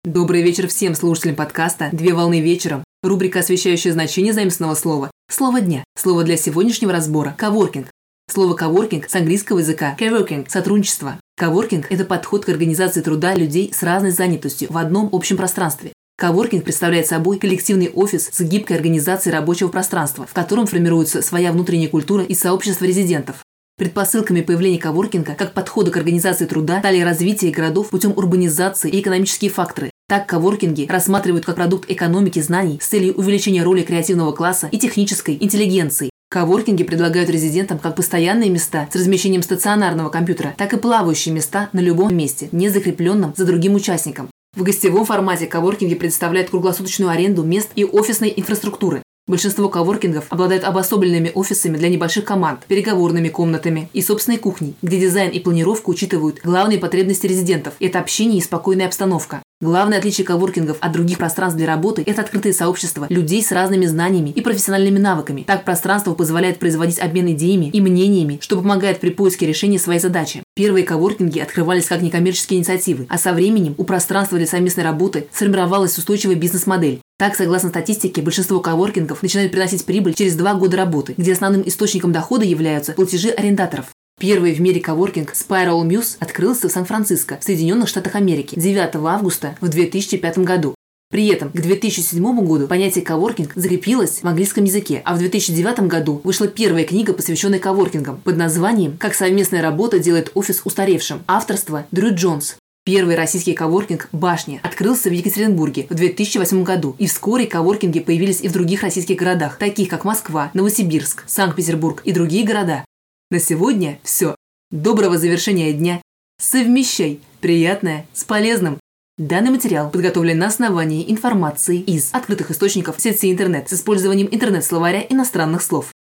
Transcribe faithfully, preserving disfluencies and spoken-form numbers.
Добрый вечер всем слушателям подкаста «Две волны вечером». Рубрика, освещающая значение заимственного слова. Слово дня. Слово для сегодняшнего разбора – коворкинг. Слово коворкинг с английского языка coworking – сотрудничество. Коворкинг – это подход к организации труда людей с разной занятостью в одном общем пространстве. Коворкинг представляет собой коллективный офис с гибкой организацией рабочего пространства, в котором формируется своя внутренняя культура и сообщество резидентов. Предпосылками появления коворкинга как подхода к организации труда стали развитие городов путем урбанизации и экономические факторы. Так, коворкинги рассматривают как продукт экономики знаний с целью увеличения роли креативного класса и технической интеллигенции. Коворкинги предлагают резидентам как постоянные места с размещением стационарного компьютера, так и плавающие места на любом месте, не закрепленном за другим участником. В гостевом формате коворкинги предоставляют круглосуточную аренду мест и офисной инфраструктуры. Большинство коворкингов обладают обособленными офисами для небольших команд, переговорными комнатами и собственной кухней, где дизайн и планировка учитывают главные потребности резидентов – это общение и спокойная обстановка. Главное отличие коворкингов от других пространств для работы – это открытые сообщества людей с разными знаниями и профессиональными навыками. Так пространство позволяет производить обмен идеями и мнениями, что помогает при поиске решения своей задачи. Первые коворкинги открывались как некоммерческие инициативы, а со временем у пространства для совместной работы сформировалась устойчивая бизнес-модель. Так, согласно статистике, большинство коворкингов начинают приносить прибыль через два года работы, где основным источником дохода являются платежи арендаторов. Первый в мире коворкинг Spiral Muse открылся в Сан-Франциско, в Соединенных Штатах Америки, девятого августа в две тысячи пятом году. При этом к две тысячи седьмому году понятие коворкинг закрепилось в английском языке, а в две тысячи девятом году вышла первая книга, посвященная коворкингам, под названием «Как совместная работа делает офис устаревшим», авторства Дрю Джонс. Первый российский коворкинг «Башня» открылся в Екатеринбурге в две тысячи восьмом году, и вскоре коворкинги появились и в других российских городах, таких как Москва, Новосибирск, Санкт-Петербург и другие города. На сегодня все. Доброго завершения дня. Совмещай приятное с полезным. Данный материал подготовлен на основании информации из открытых источников в сети интернет с использованием интернет-словаря иностранных слов.